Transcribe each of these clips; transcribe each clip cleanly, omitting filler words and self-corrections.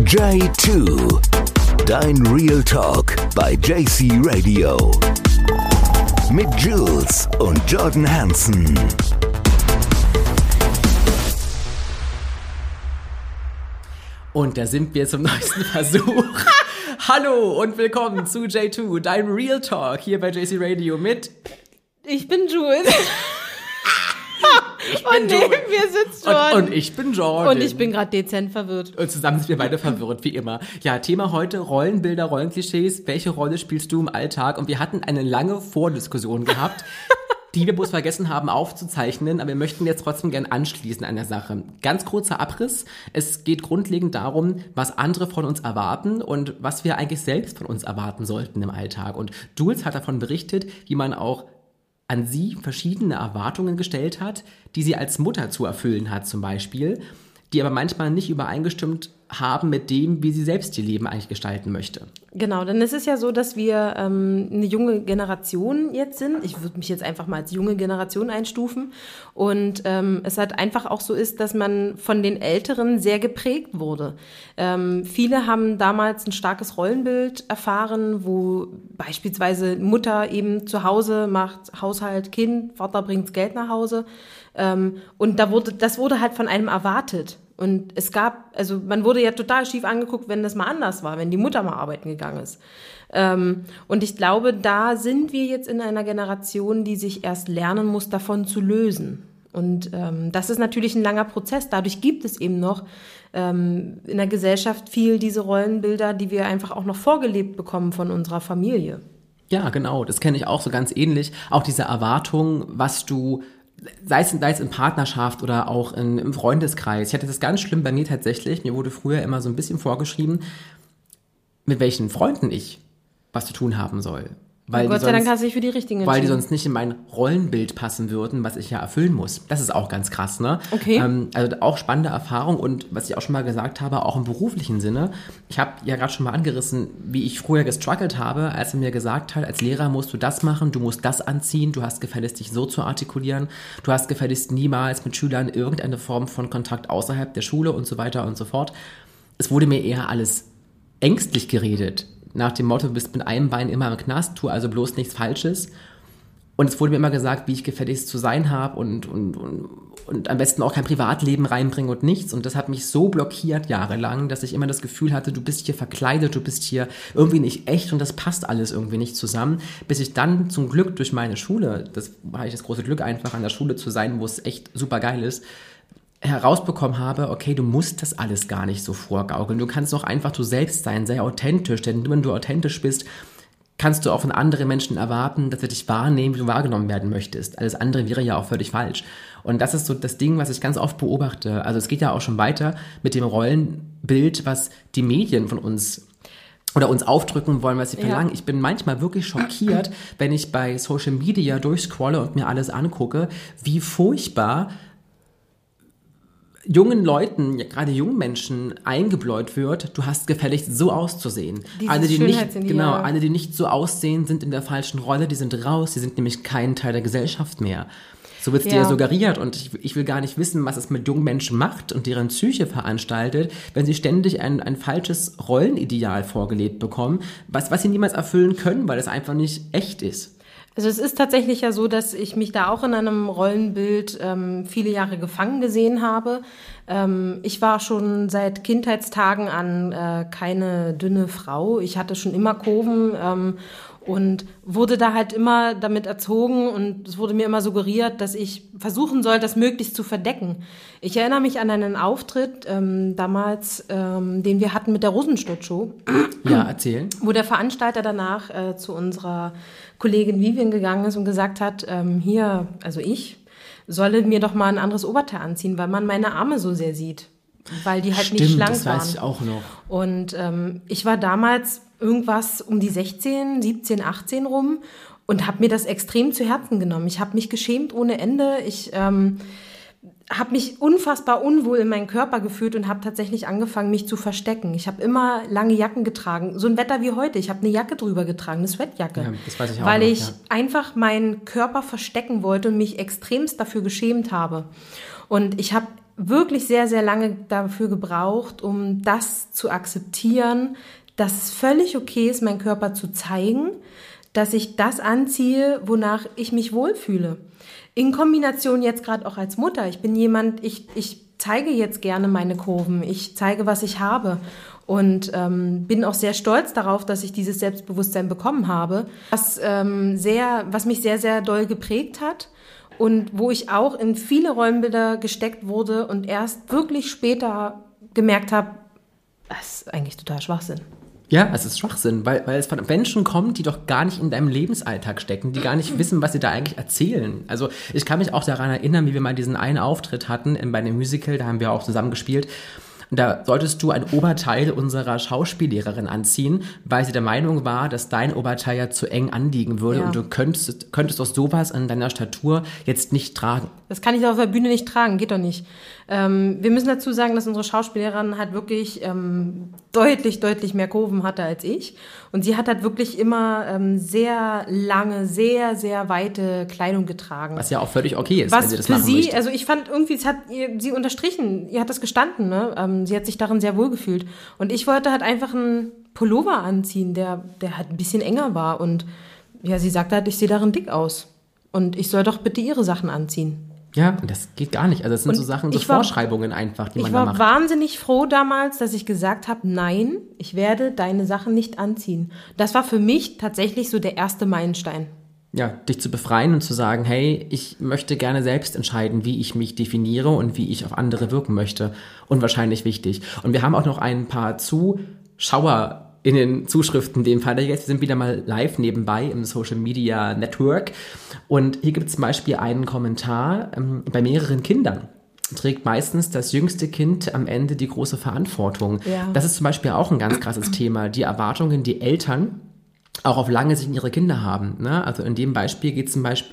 J2, dein Real Talk bei JC Radio. Mit Jules und Jordan Hansen. Und da sind wir zum neuesten Versuch. Hallo und willkommen zu J2, dein Real Talk hier bei JC Radio mit... Ich bin Jules. Und neben mir sitzt Jordan. Und ich bin Jordan. Und ich bin gerade dezent verwirrt. Und zusammen sind wir beide verwirrt, wie immer. Ja, Thema heute, Rollenbilder, Rollenklischees. Welche Rolle spielst du im Alltag? Und wir hatten eine lange Vordiskussion gehabt, die wir bloß vergessen haben aufzuzeichnen. Aber wir möchten jetzt trotzdem gern anschließen an der Sache. Ganz kurzer Abriss. Es geht grundlegend darum, was andere von uns erwarten und was wir eigentlich selbst von uns erwarten sollten im Alltag. Und Jules hat davon berichtet, wie man auch an sie verschiedene Erwartungen gestellt hat, die sie als Mutter zu erfüllen hat zum Beispiel, die aber manchmal nicht übereingestimmt haben mit dem, wie sie selbst ihr Leben eigentlich gestalten möchte. Genau, denn es ist ja so, dass wir eine junge Generation jetzt sind. Ich würde mich jetzt einfach mal als junge Generation einstufen. Und es halt einfach auch so ist, dass man von den Älteren sehr geprägt wurde. Viele haben damals ein starkes Rollenbild erfahren, wo beispielsweise Mutter eben zu Hause macht Haushalt, Kind, Vater bringt Geld nach Hause. Und das wurde halt von einem erwartet. Und man wurde ja total schief angeguckt, wenn das mal anders war, wenn die Mutter mal arbeiten gegangen ist. Und ich glaube, da sind wir jetzt in einer Generation, die sich erst lernen muss, davon zu lösen. Und das ist natürlich ein langer Prozess. Dadurch gibt es eben noch in der Gesellschaft viel diese Rollenbilder, die wir einfach auch noch vorgelebt bekommen von unserer Familie. Ja, genau. Das kenne ich auch so ganz ähnlich. Auch diese Erwartung, was du... Sei es in Partnerschaft oder auch im Freundeskreis. Ich hatte das ganz schlimm bei mir tatsächlich. Mir wurde früher immer so ein bisschen vorgeschrieben, mit welchen Freunden ich was zu tun haben soll. Weil Gott sei Dank hast du dich für die richtigen entschieden. Weil die sonst nicht in mein Rollenbild passen würden, was ich ja erfüllen muss. Das ist auch ganz krass, ne? Okay. Also auch spannende Erfahrung und was ich auch schon mal gesagt habe, auch im beruflichen Sinne. Ich habe ja gerade schon mal angerissen, wie ich früher gestruggelt habe, als er mir gesagt hat, als Lehrer musst du das machen, du musst das anziehen, du hast gefälligst dich so zu artikulieren, du hast gefälligst niemals mit Schülern irgendeine Form von Kontakt außerhalb der Schule und so weiter und so fort. Es wurde mir eher alles ängstlich geredet. Nach dem Motto, du bist mit einem Bein immer im Knast, tu also bloß nichts Falsches. Und es wurde mir immer gesagt, wie ich gefälligst zu sein habe und am besten auch kein Privatleben reinbringen und nichts. Und das hat mich so blockiert jahrelang, dass ich immer das Gefühl hatte, du bist hier verkleidet, du bist hier irgendwie nicht echt und das passt alles irgendwie nicht zusammen. Bis ich dann zum Glück durch meine Schule, das war ich das große Glück einfach an der Schule zu sein, wo es echt super geil ist, herausbekommen habe, okay, du musst das alles gar nicht so vorgaukeln. Du kannst doch einfach du selbst sein, sei authentisch, denn wenn du authentisch bist, kannst du auch von anderen Menschen erwarten, dass sie dich wahrnehmen, wie du wahrgenommen werden möchtest. Alles andere wäre ja auch völlig falsch. Und das ist so das Ding, was ich ganz oft beobachte. Also es geht ja auch schon weiter mit dem Rollenbild, was die Medien von uns oder uns aufdrücken wollen, was sie verlangen. Ja. Ich bin manchmal wirklich schockiert, wenn ich bei Social Media durchscrolle und mir alles angucke, wie furchtbar jungen Leuten, gerade jungen Menschen eingebläut wird, du hast gefälligst so auszusehen. Alle, die nicht so aussehen, sind in der falschen Rolle, die sind raus, die sind nämlich kein Teil der Gesellschaft mehr. So wird es dir suggeriert und ich will gar nicht wissen, was es mit jungen Menschen macht und deren Psyche veranstaltet, wenn sie ständig ein falsches Rollenideal vorgelebt bekommen, was sie niemals erfüllen können, weil es einfach nicht echt ist. Also es ist tatsächlich ja so, dass ich mich da auch in einem Rollenbild viele Jahre gefangen gesehen habe. Ich war schon seit Kindheitstagen an keine dünne Frau. Ich hatte schon immer Kurven und wurde da halt immer damit erzogen und es wurde mir immer suggeriert, dass ich versuchen soll, das möglichst zu verdecken. Ich erinnere mich an einen Auftritt damals, den wir hatten mit der Rosenstolz-Show. Ja, erzählen. Wo der Veranstalter danach zu unserer Kollegin Vivian gegangen ist und gesagt hat, ich solle mir doch mal ein anderes Oberteil anziehen, weil man meine Arme so sehr sieht, weil die halt nicht schlank waren. Das weiß ich auch noch. Und ich war damals irgendwas um die 16, 17, 18 rum und habe mir das extrem zu Herzen genommen. Ich habe mich geschämt ohne Ende. Ich habe mich unfassbar unwohl in meinen Körper gefühlt und habe tatsächlich angefangen, mich zu verstecken. Ich habe immer lange Jacken getragen. So ein Wetter wie heute. Ich habe eine Jacke drüber getragen, eine Sweatjacke. Ja, das weiß ich auch weil noch, ich einfach meinen Körper verstecken wollte und mich extremst dafür geschämt habe. Und ich habe wirklich sehr, sehr lange dafür gebraucht, um das zu akzeptieren, dass es völlig okay ist, meinen Körper zu zeigen, dass ich das anziehe, wonach ich mich wohlfühle. In Kombination jetzt gerade auch als Mutter. Ich bin jemand, ich zeige jetzt gerne meine Kurven, ich zeige, was ich habe und bin auch sehr stolz darauf, dass ich dieses Selbstbewusstsein bekommen habe, was mich sehr, sehr doll geprägt hat und wo ich auch in viele Rollenbilder gesteckt wurde und erst wirklich später gemerkt habe, das ist eigentlich total Schwachsinn. Ja, es ist Schwachsinn, weil es von Menschen kommt, die doch gar nicht in deinem Lebensalltag stecken, die gar nicht wissen, was sie da eigentlich erzählen. Also ich kann mich auch daran erinnern, wie wir mal diesen einen Auftritt hatten bei einem Musical, da haben wir auch zusammen gespielt. Und da solltest du ein Oberteil unserer Schauspiellehrerin anziehen, weil sie der Meinung war, dass dein Oberteil ja zu eng anliegen würde und du könntest doch sowas an deiner Statur jetzt nicht tragen. Das kann ich auf der Bühne nicht tragen, geht doch nicht. Wir müssen dazu sagen, dass unsere Schauspiellehrerin halt wirklich deutlich mehr Kurven hatte als ich. Und sie hat halt wirklich immer sehr lange, sehr, sehr weite Kleidung getragen. Was ja auch völlig okay ist, wenn sie das für machen sie, möchte. also ich fand irgendwie, es hat sie unterstrichen, ihr hat das gestanden, ne? Sie hat sich darin sehr wohl gefühlt. Und ich wollte halt einfach einen Pullover anziehen, der halt ein bisschen enger war. Und ja, sie sagte halt, ich sehe darin dick aus. Und ich soll doch bitte ihre Sachen anziehen. Ja, und das geht gar nicht. Also das sind so Sachen, so Vorschreibungen einfach, die man da macht. Ich war wahnsinnig froh damals, dass ich gesagt habe, nein, ich werde deine Sachen nicht anziehen. Das war für mich tatsächlich so der erste Meilenstein. Ja, dich zu befreien und zu sagen, hey, ich möchte gerne selbst entscheiden, wie ich mich definiere und wie ich auf andere wirken möchte. Unwahrscheinlich wichtig. Und wir haben auch noch ein paar Zuschauer in den Zuschriften, in dem Fall jetzt, wir sind wieder mal live nebenbei im Social Media Network und hier gibt es zum Beispiel einen Kommentar, bei mehreren Kindern trägt meistens das jüngste Kind am Ende die große Verantwortung. Ja. Das ist zum Beispiel auch ein ganz krasses Thema, die Erwartungen, die Eltern auch auf lange Sicht in ihre Kinder haben. Ne? Also in dem Beispiel geht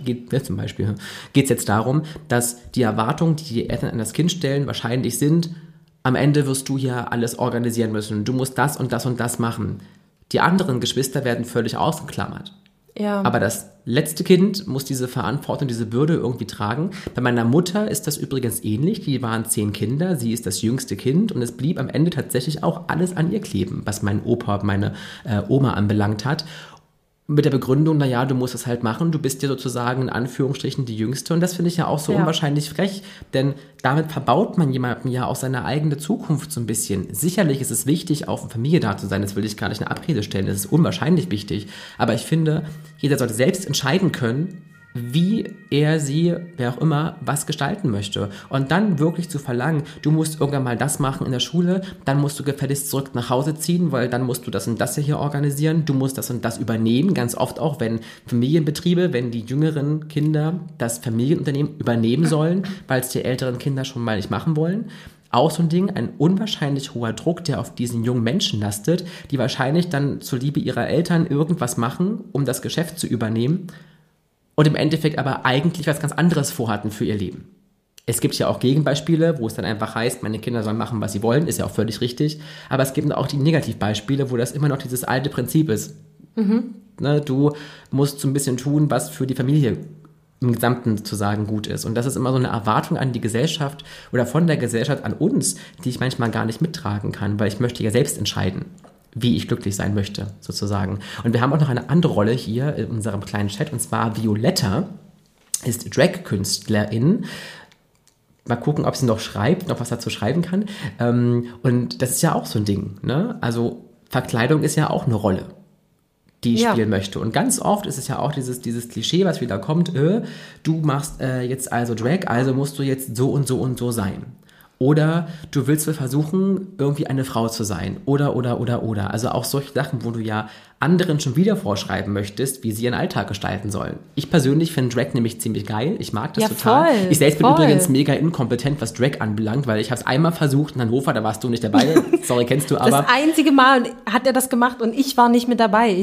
es jetzt darum, dass die Erwartungen, die die Eltern an das Kind stellen, wahrscheinlich sind, am Ende wirst du ja alles organisieren müssen. Du musst das und das und das machen. Die anderen Geschwister werden völlig ausgeklammert. Ja. Aber das letzte Kind muss diese Verantwortung, diese Bürde irgendwie tragen. Bei meiner Mutter ist das übrigens ähnlich. Die waren 10 Kinder, sie ist das jüngste Kind und es blieb am Ende tatsächlich auch alles an ihr kleben, was mein Opa, meine Oma anbelangt hat. Mit der Begründung, naja, du musst es halt machen, du bist ja sozusagen in Anführungsstrichen die Jüngste und das finde ich ja auch so unwahrscheinlich frech, denn damit verbaut man jemandem ja auch seine eigene Zukunft so ein bisschen. Sicherlich ist es wichtig, auch für Familie da zu sein, das will ich gar nicht in Abrede stellen, das ist unwahrscheinlich wichtig, aber ich finde, jeder sollte selbst entscheiden können, wie er, sie, wer auch immer, was gestalten möchte. Und dann wirklich zu verlangen, du musst irgendwann mal das machen in der Schule, dann musst du gefälligst zurück nach Hause ziehen, weil dann musst du das und das hier organisieren, du musst das und das übernehmen, ganz oft auch, wenn Familienbetriebe, wenn die jüngeren Kinder das Familienunternehmen übernehmen sollen, weil es die älteren Kinder schon mal nicht machen wollen. Auch so ein Ding, ein unwahrscheinlich hoher Druck, der auf diesen jungen Menschen lastet, die wahrscheinlich dann zuliebe ihrer Eltern irgendwas machen, um das Geschäft zu übernehmen, und im Endeffekt aber eigentlich was ganz anderes vorhatten für ihr Leben. Es gibt ja auch Gegenbeispiele, wo es dann einfach heißt, meine Kinder sollen machen, was sie wollen, ist ja auch völlig richtig, aber es gibt auch die Negativbeispiele, wo das immer noch dieses alte Prinzip ist. Mhm. Ne, du musst so ein bisschen tun, was für die Familie im Gesamten zu sagen gut ist. Und das ist immer so eine Erwartung an die Gesellschaft oder von der Gesellschaft an uns, die ich manchmal gar nicht mittragen kann, weil ich möchte ja selbst entscheiden, wie ich glücklich sein möchte, sozusagen. Und wir haben auch noch eine andere Rolle hier in unserem kleinen Chat, und zwar Violetta ist Drag-Künstlerin. Mal gucken, ob sie noch schreibt, noch was dazu schreiben kann. Und das ist ja auch so ein Ding, ne? Also Verkleidung ist ja auch eine Rolle, die ich spielen möchte. Und ganz oft ist es ja auch dieses Klischee, was wieder kommt, du machst jetzt also Drag, also musst du jetzt so und so und so sein. Oder du willst versuchen, irgendwie eine Frau zu sein. Oder. Also auch solche Sachen, wo du ja anderen schon wieder vorschreiben möchtest, wie sie ihren Alltag gestalten sollen. Ich persönlich finde Drag nämlich ziemlich geil. Ich mag das total. Voll, ich selbst bin übrigens mega inkompetent, was Drag anbelangt, weil ich habe es einmal versucht in Hannover, da warst du nicht dabei. Sorry, kennst du aber. Das einzige Mal hat er das gemacht und ich war nicht mit dabei.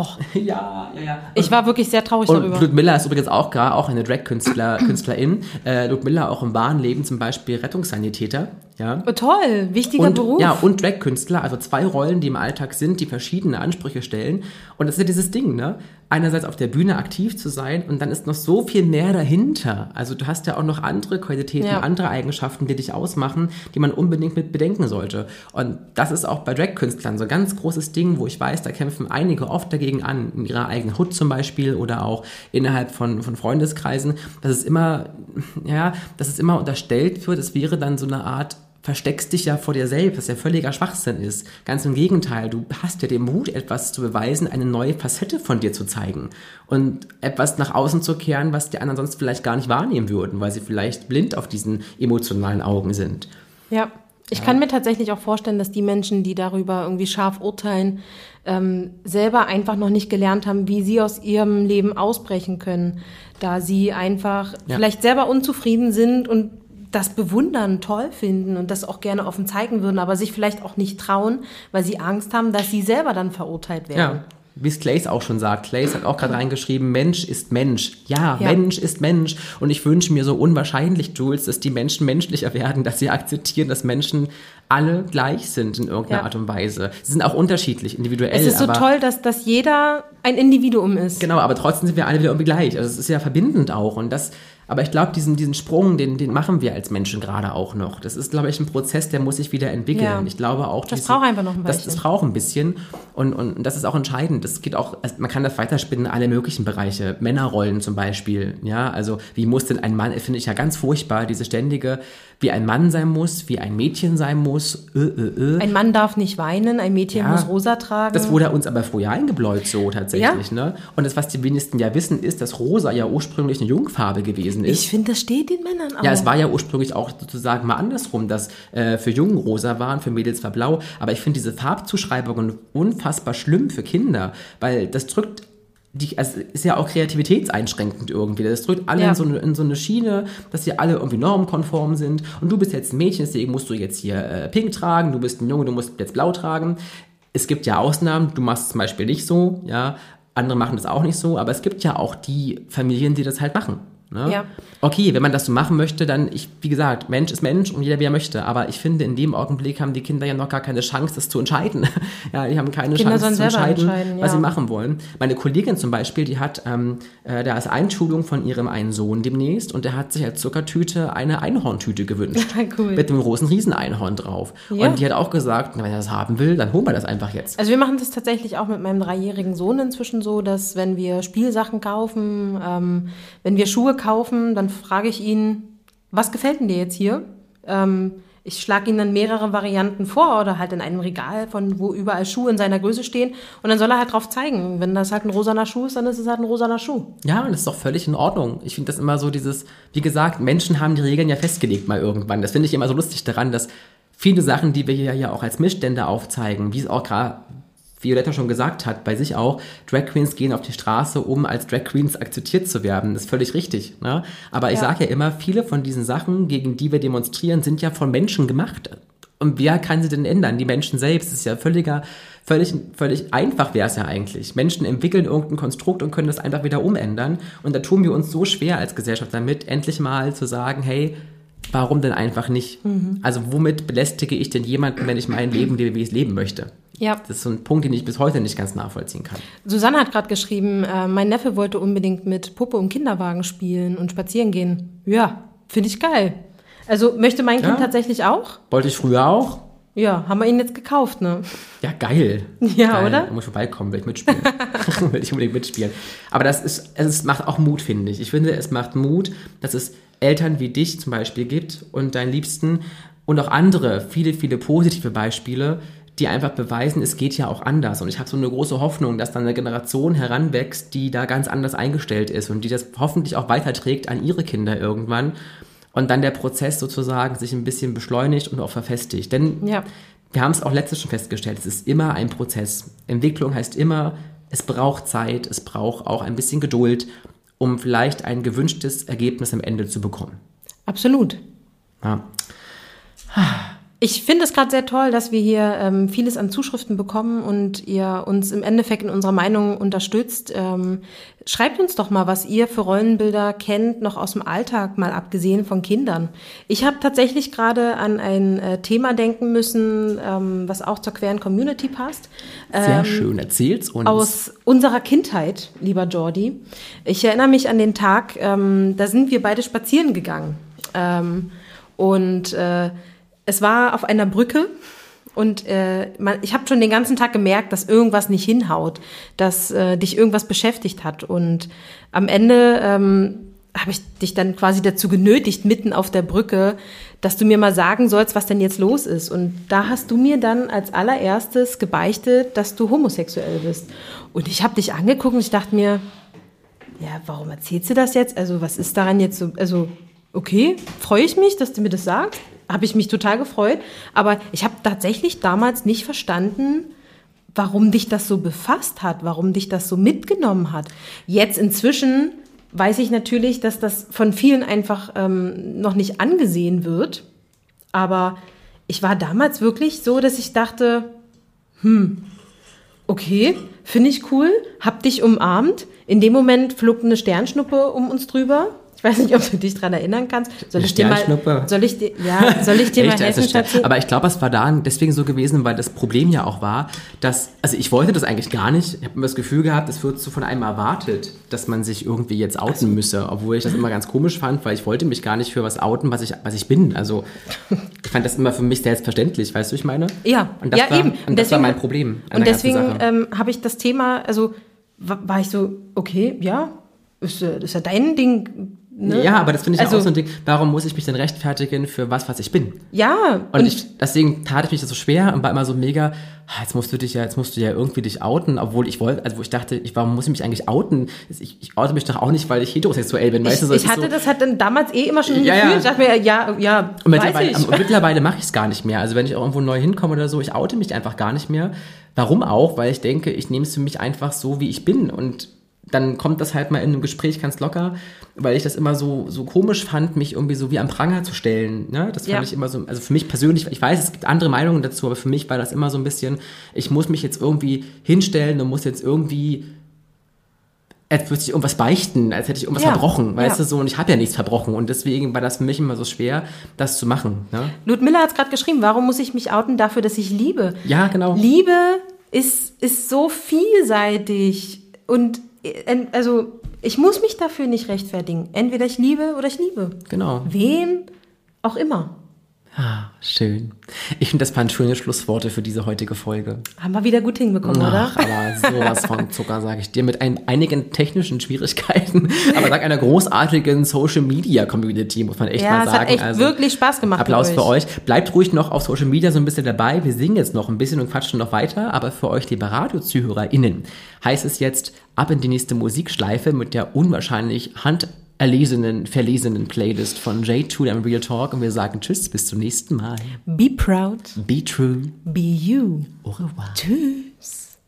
Ja. Ich war wirklich sehr traurig darüber. Und Ludmilla ist übrigens auch eine Drag-Künstlerin. Ludmilla auch im wahren Leben zum Beispiel Rettungssanitäter. Ja. Oh, toll, wichtiger Beruf. Ja, und Drag-Künstler, also 2 Rollen, die im Alltag sind, die verschiedene Ansprüche stellen. Und das ist ja dieses Ding, ne? Einerseits auf der Bühne aktiv zu sein und dann ist noch so viel mehr dahinter. Also du hast ja auch noch andere Qualitäten, andere Eigenschaften, die dich ausmachen, die man unbedingt mit bedenken sollte. Und das ist auch bei Drag-Künstlern so ein ganz großes Ding, wo ich weiß, da kämpfen einige oft dagegen an, in ihrer eigenen Hood zum Beispiel oder auch innerhalb von Freundeskreisen, dass es immer unterstellt wird, es wäre dann so eine Art versteckst dich ja vor dir selbst, was ja völliger Schwachsinn ist. Ganz im Gegenteil, du hast ja den Mut, etwas zu beweisen, eine neue Facette von dir zu zeigen und etwas nach außen zu kehren, was die anderen sonst vielleicht gar nicht wahrnehmen würden, weil sie vielleicht blind auf diesen emotionalen Augen sind. Ja, ich kann mir tatsächlich auch vorstellen, dass die Menschen, die darüber irgendwie scharf urteilen, selber einfach noch nicht gelernt haben, wie sie aus ihrem Leben ausbrechen können, da sie einfach vielleicht selber unzufrieden sind und das bewundern, toll finden und das auch gerne offen zeigen würden, aber sich vielleicht auch nicht trauen, weil sie Angst haben, dass sie selber dann verurteilt werden. Ja, wie es Clays auch schon sagt. Clays hat auch gerade reingeschrieben, Mensch ist Mensch. Ja, Mensch ist Mensch. Und ich wünsche mir so unwahrscheinlich, Jules, dass die Menschen menschlicher werden, dass sie akzeptieren, dass Menschen alle gleich sind in irgendeiner Art und Weise. Sie sind auch unterschiedlich, individuell. Es ist so toll, dass jeder ein Individuum ist. Genau, aber trotzdem sind wir alle wieder irgendwie gleich. Also es ist ja verbindend auch. Und aber ich glaube, diesen Sprung, den machen wir als Menschen gerade auch noch. Das ist, glaube ich, ein Prozess, der muss sich wieder entwickeln. Ja. Ich glaube auch, das braucht einfach noch ein bisschen. Das braucht ein bisschen. Und das ist auch entscheidend. Das geht auch, also man kann das weiterspinnen in alle möglichen Bereiche. Männerrollen zum Beispiel. Ja, also wie muss denn ein Mann, finde ich ja ganz furchtbar, diese ständige, wie ein Mann sein muss, wie ein Mädchen sein muss. Ein Mann darf nicht weinen, ein Mädchen muss rosa tragen. Das wurde uns aber früher eingebläut so tatsächlich. Ne? Und das, was die wenigsten ja wissen, ist, dass rosa ja ursprünglich eine Jungfarbe gewesen ist. Ich finde, das steht den Männern auch. Ja, es war ja ursprünglich auch sozusagen mal andersrum, dass für Jungen rosa waren, für Mädels war blau. Aber ich finde diese Farbzuschreibungen unfassbar schlimm für Kinder, weil das drückt also ist ja auch kreativitätseinschränkend irgendwie. Das drückt alle in so eine Schiene, dass sie alle irgendwie normkonform sind. Und du bist jetzt ein Mädchen, deswegen musst du jetzt hier pink tragen. Du bist ein Junge, du musst jetzt blau tragen. Es gibt ja Ausnahmen. Du machst es zum Beispiel nicht so, ja. Andere machen das auch nicht so. Aber es gibt ja auch die Familien, die das halt machen. Ne? Ja. Okay, wenn man das so machen möchte, dann, wie gesagt, Mensch ist Mensch und jeder, wie er möchte. Aber ich finde, in dem Augenblick haben die Kinder ja noch gar keine Chance, das zu entscheiden. Ja, die haben keine Chance zu entscheiden, was sie machen wollen. Meine Kollegin zum Beispiel, die hat, da ist Einschulung von ihrem einen Sohn demnächst und der hat sich als Zuckertüte eine Einhorntüte gewünscht. Cool. Mit einem großen Rieseneinhorn drauf. Ja. Und die hat auch gesagt, wenn er das haben will, dann holen wir das einfach jetzt. Also wir machen das tatsächlich auch mit meinem 3-jährigen Sohn inzwischen so, dass wenn wir Spielsachen kaufen, wenn wir Schuhe kaufen, dann frage ich ihn, was gefällt denn dir jetzt hier? Ich schlage ihm dann mehrere Varianten vor oder halt in einem Regal, wo überall Schuhe in seiner Größe stehen und dann soll er halt drauf zeigen. Wenn das halt ein rosaner Schuh ist, dann ist es halt ein rosaner Schuh. Ja, und das ist doch völlig in Ordnung. Ich finde das immer so wie gesagt, Menschen haben die Regeln ja festgelegt mal irgendwann. Das finde ich immer so lustig daran, dass viele Sachen, die wir hier ja auch als Missstände aufzeigen, wie es auch gerade Violetta schon gesagt hat, bei sich auch, Drag Queens gehen auf die Straße, um als Drag Queens akzeptiert zu werden. Das ist völlig richtig. Ne? Aber ich sage ja immer, viele von diesen Sachen, gegen die wir demonstrieren, sind ja von Menschen gemacht. Und wer kann sie denn ändern? Die Menschen selbst. Das ist ja völlig einfach wäre es ja eigentlich. Menschen entwickeln irgendein Konstrukt und können das einfach wieder umändern. Und da tun wir uns so schwer als Gesellschaft damit, endlich mal zu sagen, hey, warum denn einfach nicht? Also womit belästige ich denn jemanden, wenn ich mein Leben lebe, wie ich es leben möchte? Ja. Das ist so ein Punkt, den ich bis heute nicht ganz nachvollziehen kann. Susanne hat gerade geschrieben, mein Neffe wollte unbedingt mit Puppe und Kinderwagen spielen und spazieren gehen. Ja, finde ich geil. Also möchte mein Kind tatsächlich auch. Wollte ich früher auch. Ja, haben wir ihn jetzt gekauft, ne? Ja, geil. Ja, geil. Oder? Da muss ich vorbeikommen, will ich mitspielen. Will ich unbedingt mitspielen. Aber es macht auch Mut, finde ich. Ich finde, es macht Mut, dass es Eltern wie dich zum Beispiel gibt und deinen Liebsten und auch andere, viele, viele positive Beispiele, die einfach beweisen, es geht ja auch anders. Und ich habe so eine große Hoffnung, dass dann eine Generation heranwächst, die da ganz anders eingestellt ist und die das hoffentlich auch weiterträgt an ihre Kinder irgendwann. Und dann der Prozess sozusagen sich ein bisschen beschleunigt und auch verfestigt. Denn wir haben es auch letztes schon festgestellt, es ist immer ein Prozess. Entwicklung heißt immer, es braucht Zeit, es braucht auch ein bisschen Geduld, um vielleicht ein gewünschtes Ergebnis am Ende zu bekommen. Absolut. Ja. Ich finde es gerade sehr toll, dass wir hier vieles an Zuschriften bekommen und ihr uns im Endeffekt in unserer Meinung unterstützt. Schreibt uns doch mal, was ihr für Rollenbilder kennt, noch aus dem Alltag, mal abgesehen von Kindern. Ich habe tatsächlich gerade an ein Thema denken müssen, was auch zur queeren Community passt. Sehr schön, erzähl's uns. Aus unserer Kindheit, lieber Jordi. Ich erinnere mich an den Tag, da sind wir beide spazieren gegangen. Es war auf einer Brücke und ich habe schon den ganzen Tag gemerkt, dass irgendwas nicht hinhaut, dass dich irgendwas beschäftigt hat. Und am Ende habe ich dich dann quasi dazu genötigt, mitten auf der Brücke, dass du mir mal sagen sollst, was denn jetzt los ist. Und da hast du mir dann als allererstes gebeichtet, dass du homosexuell bist. Und ich habe dich angeguckt und ich dachte mir, ja, warum erzählst du das jetzt? Also was ist daran jetzt so, also okay, freue ich mich, dass du mir das sagst. Habe ich mich total gefreut, aber ich habe tatsächlich damals nicht verstanden, warum dich das so befasst hat, warum dich das so mitgenommen hat. Jetzt inzwischen weiß ich natürlich, dass das von vielen einfach noch nicht angesehen wird, aber ich war damals wirklich so, dass ich dachte, okay, finde ich cool, hab dich umarmt. In dem Moment flog eine Sternschnuppe um uns drüber. Ich weiß nicht, ob du dich daran erinnern kannst. Soll ich dir mal helfen, Schatzi? Aber ich glaube, es war da deswegen so gewesen, weil das Problem ja auch war, dass, also ich wollte das eigentlich gar nicht. Ich habe immer das Gefühl gehabt, es wird so von einem erwartet, dass man sich irgendwie jetzt outen müsse, obwohl ich das immer ganz komisch fand, weil ich wollte mich gar nicht für was outen, was ich bin. Also ich fand das immer für mich selbstverständlich, weißt du, ich meine? Ja, und das war, eben. Und das war mein Problem. Und deswegen habe ich das Thema, also war ich so, okay, ja, ist ja dein Ding. Ne? Ja, aber das finde ich auch so ein Ding. Warum muss ich mich denn rechtfertigen für was ich bin? Ja. Und deswegen tat ich mich das so schwer und war immer so mega, jetzt musst du ja irgendwie dich outen, obwohl ich wollte, also wo ich dachte, warum muss ich mich eigentlich outen? Ich oute mich doch auch nicht, weil ich heterosexuell bin, weißt du? Das hat dann damals immer schon ein Gefühl, ich dachte mir, ja, und mittlerweile mache ich es gar nicht mehr. Also wenn ich auch irgendwo neu hinkomme oder so, ich oute mich einfach gar nicht mehr. Warum auch? Weil ich denke, ich nehme es für mich einfach so, wie ich bin und dann kommt das halt mal in einem Gespräch ganz locker, weil ich das immer so komisch fand, mich irgendwie so wie am Pranger zu stellen. Ne? Das fand ich immer so, also für mich persönlich, ich weiß, es gibt andere Meinungen dazu, aber für mich war das immer so ein bisschen, ich muss mich jetzt irgendwie hinstellen und muss jetzt irgendwie, als würde ich irgendwas beichten, als hätte ich irgendwas verbrochen, weißt du, so, und ich habe ja nichts verbrochen und deswegen war das für mich immer so schwer, das zu machen. Ne? Ludmilla hat es gerade geschrieben, warum muss ich mich outen dafür, dass ich liebe? Ja, genau. Liebe ist so vielseitig und also ich muss mich dafür nicht rechtfertigen. Entweder ich liebe oder ich liebe. Genau. Wen auch immer. Ah, schön. Ich finde, das waren schöne Schlussworte für diese heutige Folge. Haben wir wieder gut hinbekommen, oder? Aber sowas von Zucker, sage ich dir, mit einigen technischen Schwierigkeiten, aber dank einer großartigen Social-Media-Community, muss man echt mal sagen. Ja, es hat echt wirklich Spaß gemacht. Applaus für euch. Bleibt ruhig noch auf Social Media so ein bisschen dabei. Wir singen jetzt noch ein bisschen und quatschen noch weiter, aber für euch, liebe RadiozuhörerInnen, heißt es jetzt ab in die nächste Musikschleife mit der unwahrscheinlich verlesenen Playlist von J2, dem Real Talk, und wir sagen Tschüss, bis zum nächsten Mal. Be proud. Be true. Be you. Au revoir. Tschüss.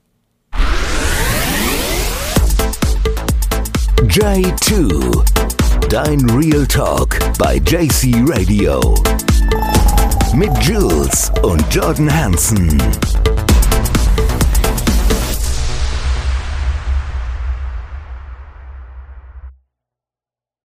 J2, dein Real Talk bei JC Radio. Mit Jules und Jordan Hansen.